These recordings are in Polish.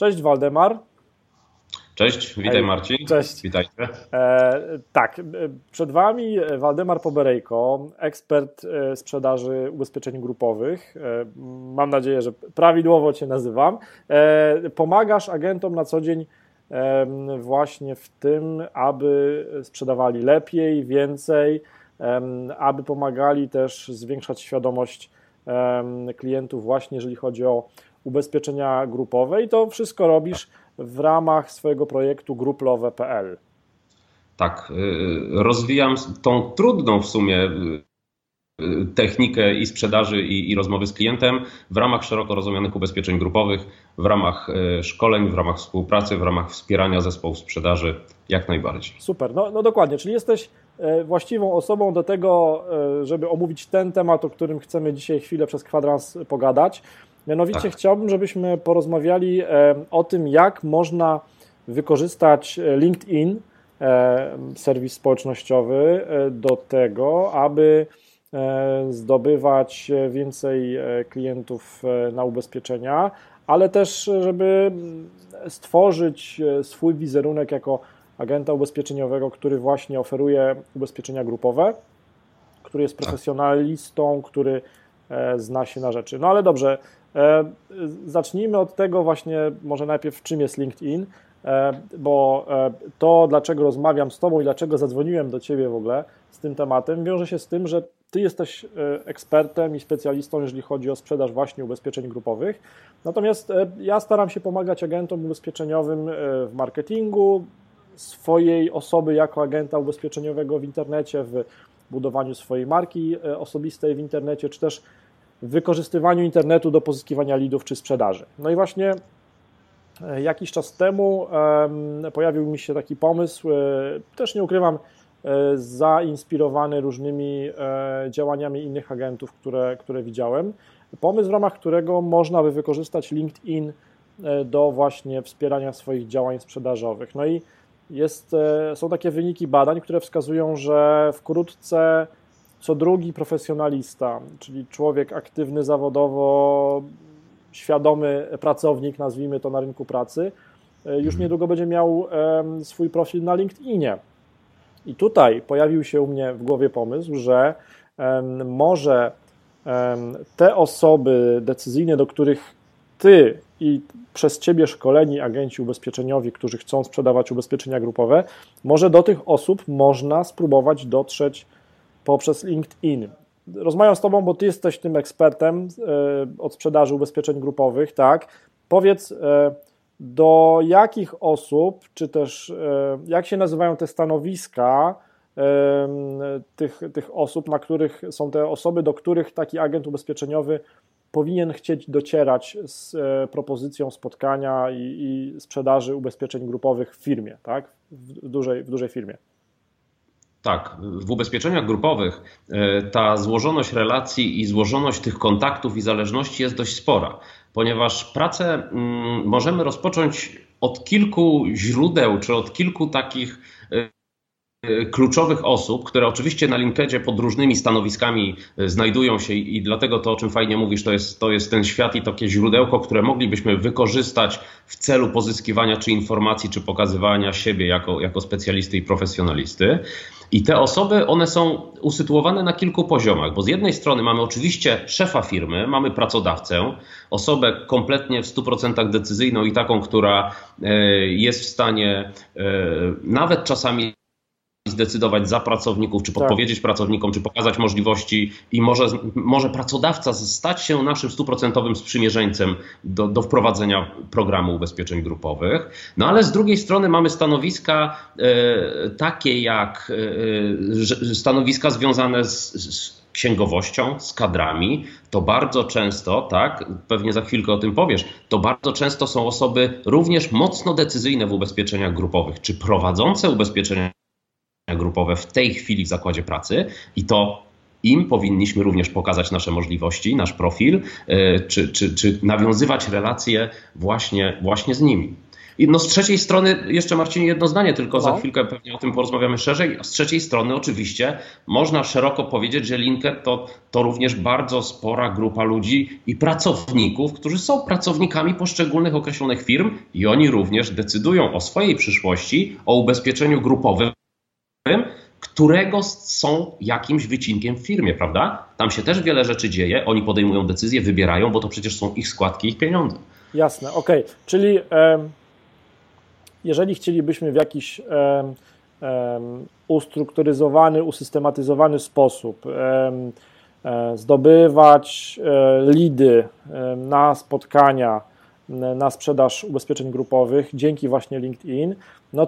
Cześć Waldemar. Cześć, witaj Marcin. Cześć. Witajcie. Tak, przed Wami Waldemar Poberejko, ekspert sprzedaży ubezpieczeń grupowych. Mam nadzieję, że prawidłowo Cię nazywam. Pomagasz agentom na co dzień właśnie w tym, aby sprzedawali lepiej, więcej, aby pomagali też zwiększać świadomość klientów właśnie, jeżeli chodzi o ubezpieczenia grupowe i to wszystko robisz w ramach swojego projektu gruplowe.pl. Tak, rozwijam tą trudną w sumie technikę i sprzedaży i rozmowy z klientem w ramach szeroko rozumianych ubezpieczeń grupowych, w ramach szkoleń, w ramach współpracy, w ramach wspierania zespołów sprzedaży, jak najbardziej. Super, no dokładnie, czyli jesteś właściwą osobą do tego, żeby omówić ten temat, o którym chcemy dzisiaj chwilę przez kwadrans pogadać. Mianowicie tak. Chciałbym, żebyśmy porozmawiali o tym, jak można wykorzystać LinkedIn, serwis społecznościowy, do tego, aby zdobywać więcej klientów na ubezpieczenia, ale też, żeby stworzyć swój wizerunek jako agenta ubezpieczeniowego, który właśnie oferuje ubezpieczenia grupowe, który jest profesjonalistą, który zna się na rzeczy. No ale dobrze, zacznijmy od tego właśnie, może najpierw czym jest LinkedIn, bo to, dlaczego rozmawiam z Tobą i dlaczego zadzwoniłem do Ciebie w ogóle z tym tematem, wiąże się z tym, że Ty jesteś ekspertem i specjalistą, jeżeli chodzi o sprzedaż właśnie ubezpieczeń grupowych. Natomiast ja staram się pomagać agentom ubezpieczeniowym w marketingu swojej osoby jako agenta ubezpieczeniowego w internecie, w budowaniu swojej marki osobistej w internecie, czy też w wykorzystywaniu internetu do pozyskiwania leadów czy sprzedaży. No i właśnie jakiś czas temu pojawił mi się taki pomysł, też nie ukrywam, zainspirowany różnymi działaniami innych agentów, które widziałem. Pomysł, w ramach którego można by wykorzystać LinkedIn do właśnie wspierania swoich działań sprzedażowych. No i są takie wyniki badań, które wskazują, że wkrótce co drugi profesjonalista, czyli człowiek aktywny zawodowo, świadomy pracownik, nazwijmy to, na rynku pracy, już niedługo będzie miał swój profil na LinkedInie. I tutaj pojawił się u mnie w głowie pomysł, że może te osoby decyzyjne, do których Ty i przez Ciebie szkoleni agenci ubezpieczeniowi, którzy chcą sprzedawać ubezpieczenia grupowe, może do tych osób można spróbować dotrzeć poprzez LinkedIn. Rozmawiam z Tobą, bo Ty jesteś tym ekspertem od sprzedaży ubezpieczeń grupowych, tak? Powiedz, do jakich osób, czy też jak się nazywają te stanowiska tych osób, na których są te osoby, do których taki agent ubezpieczeniowy powinien chcieć docierać z propozycją spotkania i sprzedaży ubezpieczeń grupowych w firmie, tak? W dużej firmie. Tak, w ubezpieczeniach grupowych ta złożoność relacji i złożoność tych kontaktów i zależności jest dość spora, ponieważ pracę możemy rozpocząć od kilku źródeł, czy od kilku takich kluczowych osób, które oczywiście na LinkedInie pod różnymi stanowiskami znajdują się i dlatego to, o czym fajnie mówisz, to jest ten świat i takie źródełko, które moglibyśmy wykorzystać w celu pozyskiwania czy informacji, czy pokazywania siebie jako specjalisty i profesjonalisty. I te osoby, one są usytuowane na kilku poziomach, bo z jednej strony mamy oczywiście szefa firmy, mamy pracodawcę, osobę kompletnie w 100% decyzyjną i taką, która jest w stanie nawet czasami zdecydować za pracowników, czy podpowiedzieć pracownikom, czy pokazać możliwości i może pracodawca stać się naszym 100% sprzymierzeńcem do wprowadzenia programu ubezpieczeń grupowych. No ale z drugiej strony mamy stanowiska takie jak stanowiska związane z księgowością, z kadrami. To bardzo często, tak, pewnie za chwilkę o tym powiesz, to bardzo często są osoby również mocno decyzyjne w ubezpieczeniach grupowych, czy prowadzące ubezpieczenia grupowe w tej chwili w zakładzie pracy i to im powinniśmy również pokazać nasze możliwości, nasz profil, czy nawiązywać relacje właśnie z nimi. I no z trzeciej strony, jeszcze Marcinie jedno zdanie, tylko za chwilkę pewnie o tym porozmawiamy szerzej. Z trzeciej strony oczywiście można szeroko powiedzieć, że LinkedIn to również bardzo spora grupa ludzi i pracowników, którzy są pracownikami poszczególnych określonych firm i oni również decydują o swojej przyszłości, o ubezpieczeniu grupowym, którego są jakimś wycinkiem w firmie, prawda? Tam się też wiele rzeczy dzieje, oni podejmują decyzje, wybierają, bo to przecież są ich składki, ich pieniądze. Jasne, okej. Czyli jeżeli chcielibyśmy w jakiś ustrukturyzowany, usystematyzowany sposób zdobywać lidy na spotkania, na sprzedaż ubezpieczeń grupowych dzięki właśnie LinkedIn, no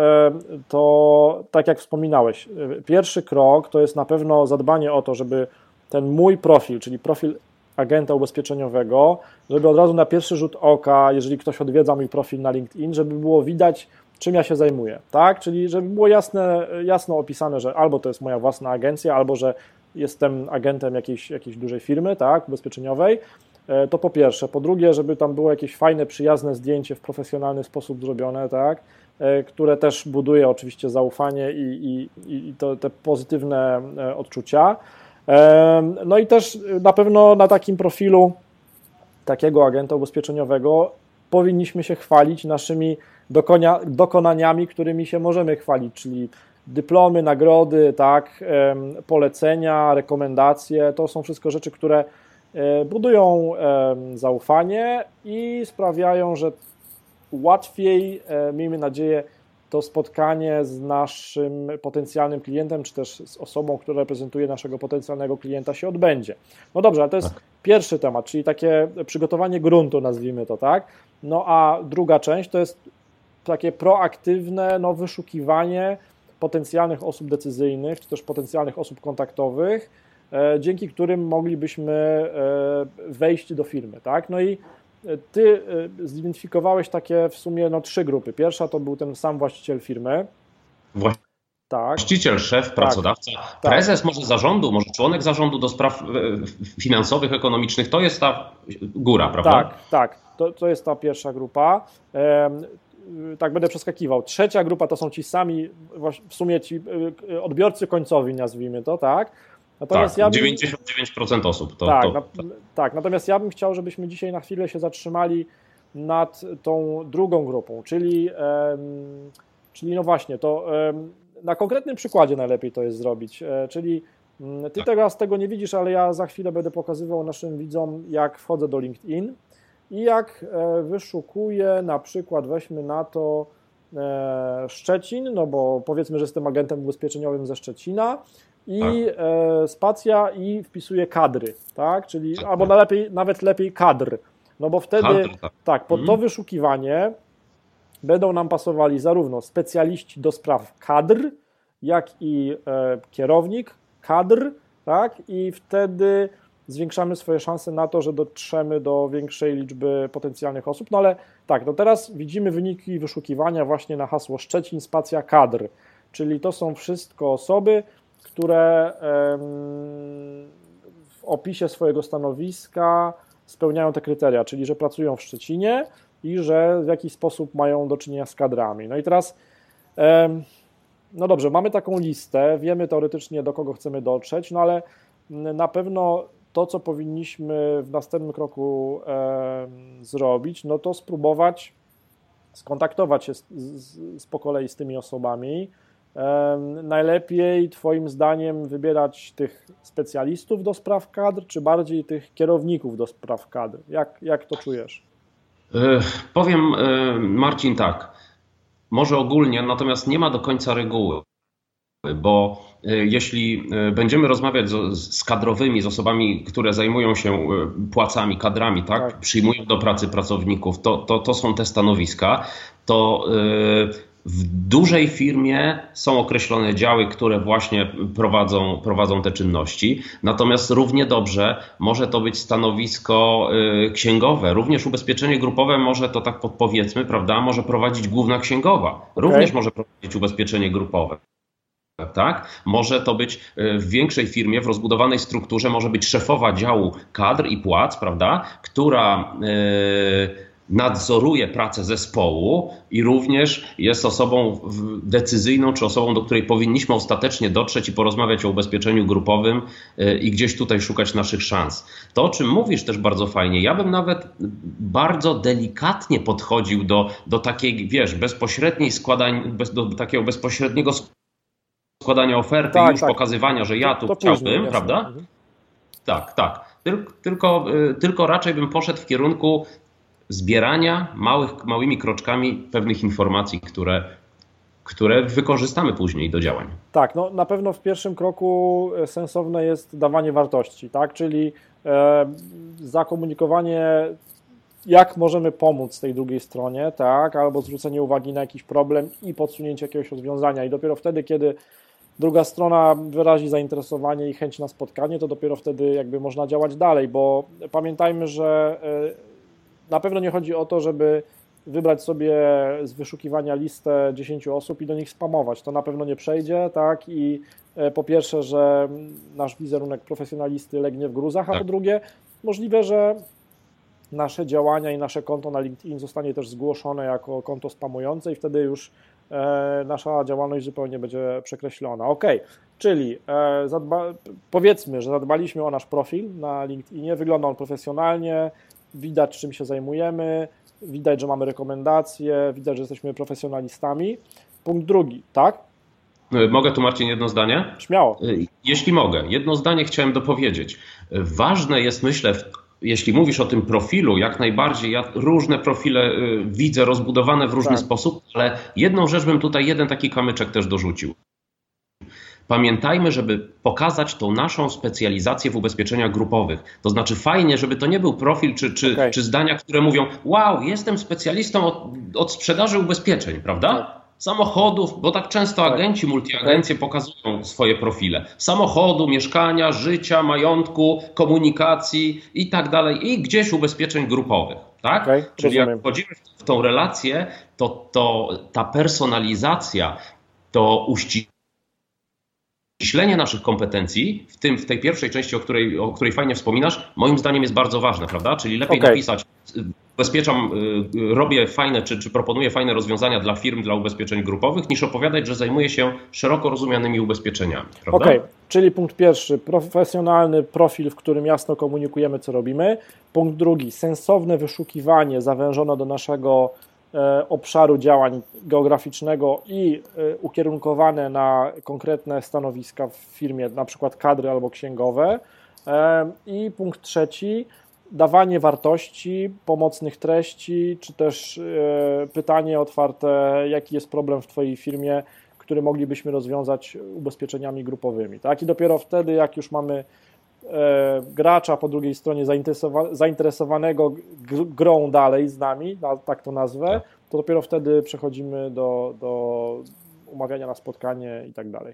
to tak jak wspominałeś, pierwszy krok to jest na pewno zadbanie o to, żeby ten mój profil, czyli profil agenta ubezpieczeniowego, żeby od razu na pierwszy rzut oka, jeżeli ktoś odwiedza mój profil na LinkedIn, żeby było widać, czym ja się zajmuję, tak? Czyli żeby było jasno opisane, że albo to jest moja własna agencja, albo że jestem agentem jakiejś dużej firmy, tak, ubezpieczeniowej. To po pierwsze. Po drugie, żeby tam było jakieś fajne, przyjazne zdjęcie w profesjonalny sposób zrobione, tak, które też buduje oczywiście zaufanie i te pozytywne odczucia. No i też na pewno na takim profilu takiego agenta ubezpieczeniowego powinniśmy się chwalić naszymi dokonaniami, którymi się możemy chwalić, czyli dyplomy, nagrody, tak, polecenia, rekomendacje. To są wszystko rzeczy, które budują zaufanie i sprawiają, że łatwiej, miejmy nadzieję, to spotkanie z naszym potencjalnym klientem, czy też z osobą, która reprezentuje naszego potencjalnego klienta, się odbędzie. No dobrze, ale to jest pierwszy temat, czyli takie przygotowanie gruntu, nazwijmy to, tak? No a druga część to jest takie proaktywne wyszukiwanie potencjalnych osób decyzyjnych, czy też potencjalnych osób kontaktowych, dzięki którym moglibyśmy wejść do firmy, tak? No i ty zidentyfikowałeś takie w sumie 3 grupy. Pierwsza to był ten sam właściciel firmy. Właściciel, szef, pracodawca, prezes może zarządu, może członek zarządu do spraw finansowych, ekonomicznych. To jest ta góra, prawda? Tak. To jest ta pierwsza grupa. Tak będę przeskakiwał. Trzecia grupa to są ci sami, w sumie ci odbiorcy końcowi, nazwijmy to, tak? Natomiast 99% osób. Tak, natomiast ja bym chciał, żebyśmy dzisiaj na chwilę się zatrzymali nad tą drugą grupą, czyli no właśnie, to na konkretnym przykładzie najlepiej to jest zrobić, czyli ty teraz tego nie widzisz, ale ja za chwilę będę pokazywał naszym widzom, jak wchodzę do LinkedIn i jak wyszukuję, na przykład weźmy na to Szczecin, no bo powiedzmy, że jestem agentem ubezpieczeniowym ze Szczecina i spacja i wpisuję kadry, tak, czyli albo nawet lepiej kadr, no bo wtedy pod to wyszukiwanie będą nam pasowali zarówno specjaliści do spraw kadr, jak i kierownik kadr, tak, i wtedy zwiększamy swoje szanse na to, że dotrzemy do większej liczby potencjalnych osób. No ale tak, no teraz widzimy wyniki wyszukiwania właśnie na hasło Szczecin spacja kadr, czyli to są wszystko osoby, które w opisie swojego stanowiska spełniają te kryteria, czyli że pracują w Szczecinie i że w jakiś sposób mają do czynienia z kadrami. No i teraz, no dobrze, mamy taką listę, wiemy teoretycznie, do kogo chcemy dotrzeć, no ale na pewno to, co powinniśmy w następnym kroku zrobić, no to spróbować skontaktować się po kolei z tymi osobami. Najlepiej Twoim zdaniem wybierać tych specjalistów do spraw kadr, czy bardziej tych kierowników do spraw kadr? Jak to czujesz? Powiem, Marcin, tak. Może ogólnie, natomiast nie ma do końca reguły. Bo jeśli będziemy rozmawiać z kadrowymi, z osobami, które zajmują się płacami, kadrami, tak? Przyjmują do pracy pracowników, to są te stanowiska, to w dużej firmie są określone działy, które właśnie prowadzą te czynności, natomiast równie dobrze może to być stanowisko księgowe, również ubezpieczenie grupowe może to tak powiedzmy, prawda, może prowadzić główna księgowa, również może prowadzić ubezpieczenie grupowe. Tak? Może to być w większej firmie, w rozbudowanej strukturze, może być szefowa działu kadr i płac, prawda? Która nadzoruje pracę zespołu i również jest osobą decyzyjną, czy osobą, do której powinniśmy ostatecznie dotrzeć i porozmawiać o ubezpieczeniu grupowym i gdzieś tutaj szukać naszych szans. To, o czym mówisz, też bardzo fajnie. Ja bym nawet bardzo delikatnie podchodził do takiej, wiesz, bezpośredniej do takiego bezpośredniego składania oferty i już pokazywania, że ja tu chciałbym, prawda? Tak. Tylko raczej bym poszedł w kierunku zbierania małymi kroczkami pewnych informacji, które wykorzystamy później do działań. Tak, no na pewno w pierwszym kroku sensowne jest dawanie wartości, tak? Czyli zakomunikowanie, jak możemy pomóc tej drugiej stronie, tak? Albo zwrócenie uwagi na jakiś problem i podsunięcie jakiegoś rozwiązania. I dopiero wtedy, kiedy druga strona wyrazi zainteresowanie i chęć na spotkanie, to dopiero wtedy jakby można działać dalej, bo pamiętajmy, że na pewno nie chodzi o to, żeby wybrać sobie z wyszukiwania listę 10 osób i do nich spamować. To na pewno nie przejdzie, tak? I po pierwsze, że nasz wizerunek profesjonalisty legnie w gruzach, a po drugie, możliwe, że nasze działania i nasze konto na LinkedIn zostanie też zgłoszone jako konto spamujące i wtedy już nasza działalność zupełnie będzie przekreślona. Ok, czyli powiedzmy, że zadbaliśmy o nasz profil na LinkedInie, wygląda on profesjonalnie, widać, czym się zajmujemy, widać, że mamy rekomendacje, widać, że jesteśmy profesjonalistami. Punkt drugi, tak? Mogę tu, Marcin, jedno zdanie? Śmiało. Jeśli mogę, jedno zdanie chciałem dopowiedzieć. Ważne jest, myślę, jeśli mówisz o tym profilu, jak najbardziej, ja różne profile widzę rozbudowane w różny sposób, ale jedną rzecz bym tutaj, jeden taki kamyczek też dorzucił. Pamiętajmy, żeby pokazać tą naszą specjalizację w ubezpieczeniach grupowych. To znaczy fajnie, żeby to nie był profil czy zdania, które mówią: wow, jestem specjalistą od sprzedaży ubezpieczeń, prawda? Samochodów, bo tak często agenci, multiagencje pokazują swoje profile. Samochodu, mieszkania, życia, majątku, komunikacji i tak dalej. I gdzieś ubezpieczeń grupowych. Tak? Czyli jak wchodzimy w tą relację, to ta personalizacja, to uściślenie naszych kompetencji, w tej pierwszej części, o której fajnie wspominasz, moim zdaniem jest bardzo ważne, prawda? Czyli lepiej napisać: ubezpieczam, robię fajne, czy proponuję fajne rozwiązania dla firm, dla ubezpieczeń grupowych, niż opowiadać, że zajmuję się szeroko rozumianymi ubezpieczeniami. Prawda? Czyli punkt pierwszy, profesjonalny profil, w którym jasno komunikujemy, co robimy. Punkt drugi, sensowne wyszukiwanie zawężone do naszego obszaru działań geograficznego i ukierunkowane na konkretne stanowiska w firmie, na przykład kadry albo księgowe. I punkt trzeci, dawanie wartości, pomocnych treści, czy też pytanie otwarte, jaki jest problem w Twojej firmie, który moglibyśmy rozwiązać ubezpieczeniami grupowymi. Tak? I dopiero wtedy, jak już mamy gracza po drugiej stronie zainteresowanego grą dalej z nami, tak to nazwę, to dopiero wtedy przechodzimy do umawiania na spotkanie i tak dalej.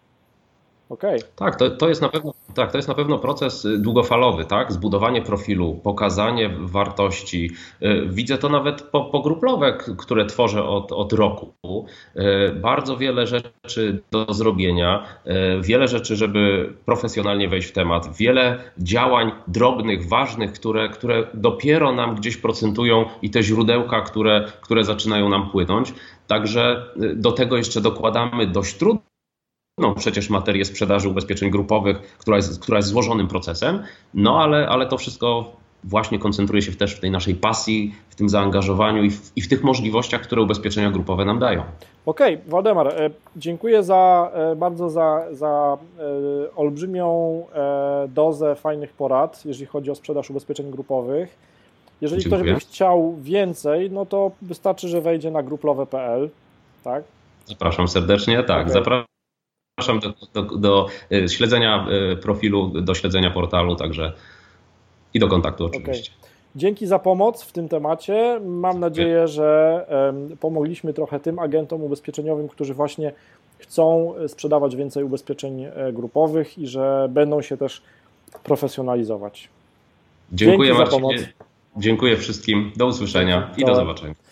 Tak, to jest na pewno proces długofalowy, tak? Zbudowanie profilu, pokazanie wartości. Widzę to nawet po gruplowe, które tworzę od roku. Bardzo wiele rzeczy do zrobienia, wiele rzeczy, żeby profesjonalnie wejść w temat, wiele działań drobnych, ważnych, które dopiero nam gdzieś procentują i te źródełka, które zaczynają nam płynąć. Także do tego jeszcze dokładamy dość trudno przecież materię sprzedaży ubezpieczeń grupowych, która jest złożonym procesem, no ale to wszystko właśnie koncentruje się też w tej naszej pasji, w tym zaangażowaniu i w tych możliwościach, które ubezpieczenia grupowe nam dają. Waldemar, dziękuję bardzo za olbrzymią dozę fajnych porad, jeżeli chodzi o sprzedaż ubezpieczeń grupowych. Jeżeli ktoś by chciał więcej, no to wystarczy, że wejdzie na gruplowe.pl, tak? Zapraszam serdecznie, tak. Zapraszam do śledzenia profilu, do śledzenia portalu, także i do kontaktu oczywiście. Dzięki za pomoc w tym temacie. Mam nadzieję, że pomogliśmy trochę tym agentom ubezpieczeniowym, którzy właśnie chcą sprzedawać więcej ubezpieczeń grupowych i że będą się też profesjonalizować. Dziękuję, Marcinie. Dziękuję wszystkim. Do usłyszenia i do zobaczenia.